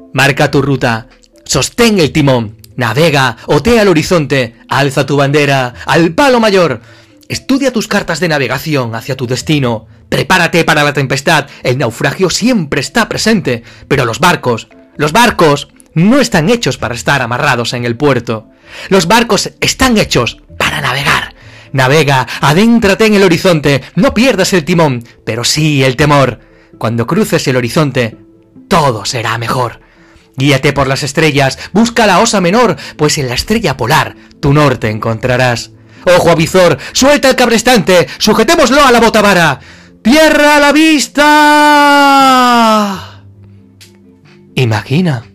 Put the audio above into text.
Marca tu ruta, sostén el timón, navega, otea el horizonte, alza tu bandera, al palo mayor. Estudia tus cartas de navegación hacia tu destino. Prepárate para la tempestad, el naufragio siempre está presente, pero los barcos no están hechos para estar amarrados en el puerto. Los barcos están hechos para navegar. Navega, adéntrate en el horizonte, no pierdas el timón, pero sí el temor. Cuando cruces el horizonte, todo será mejor. Guíate por las estrellas, busca la Osa Menor, pues en la estrella polar tu norte encontrarás. ¡Ojo avizor! ¡Suelta el cabrestante! ¡Sujetémoslo a la botavara! ¡Tierra a la vista! Imagina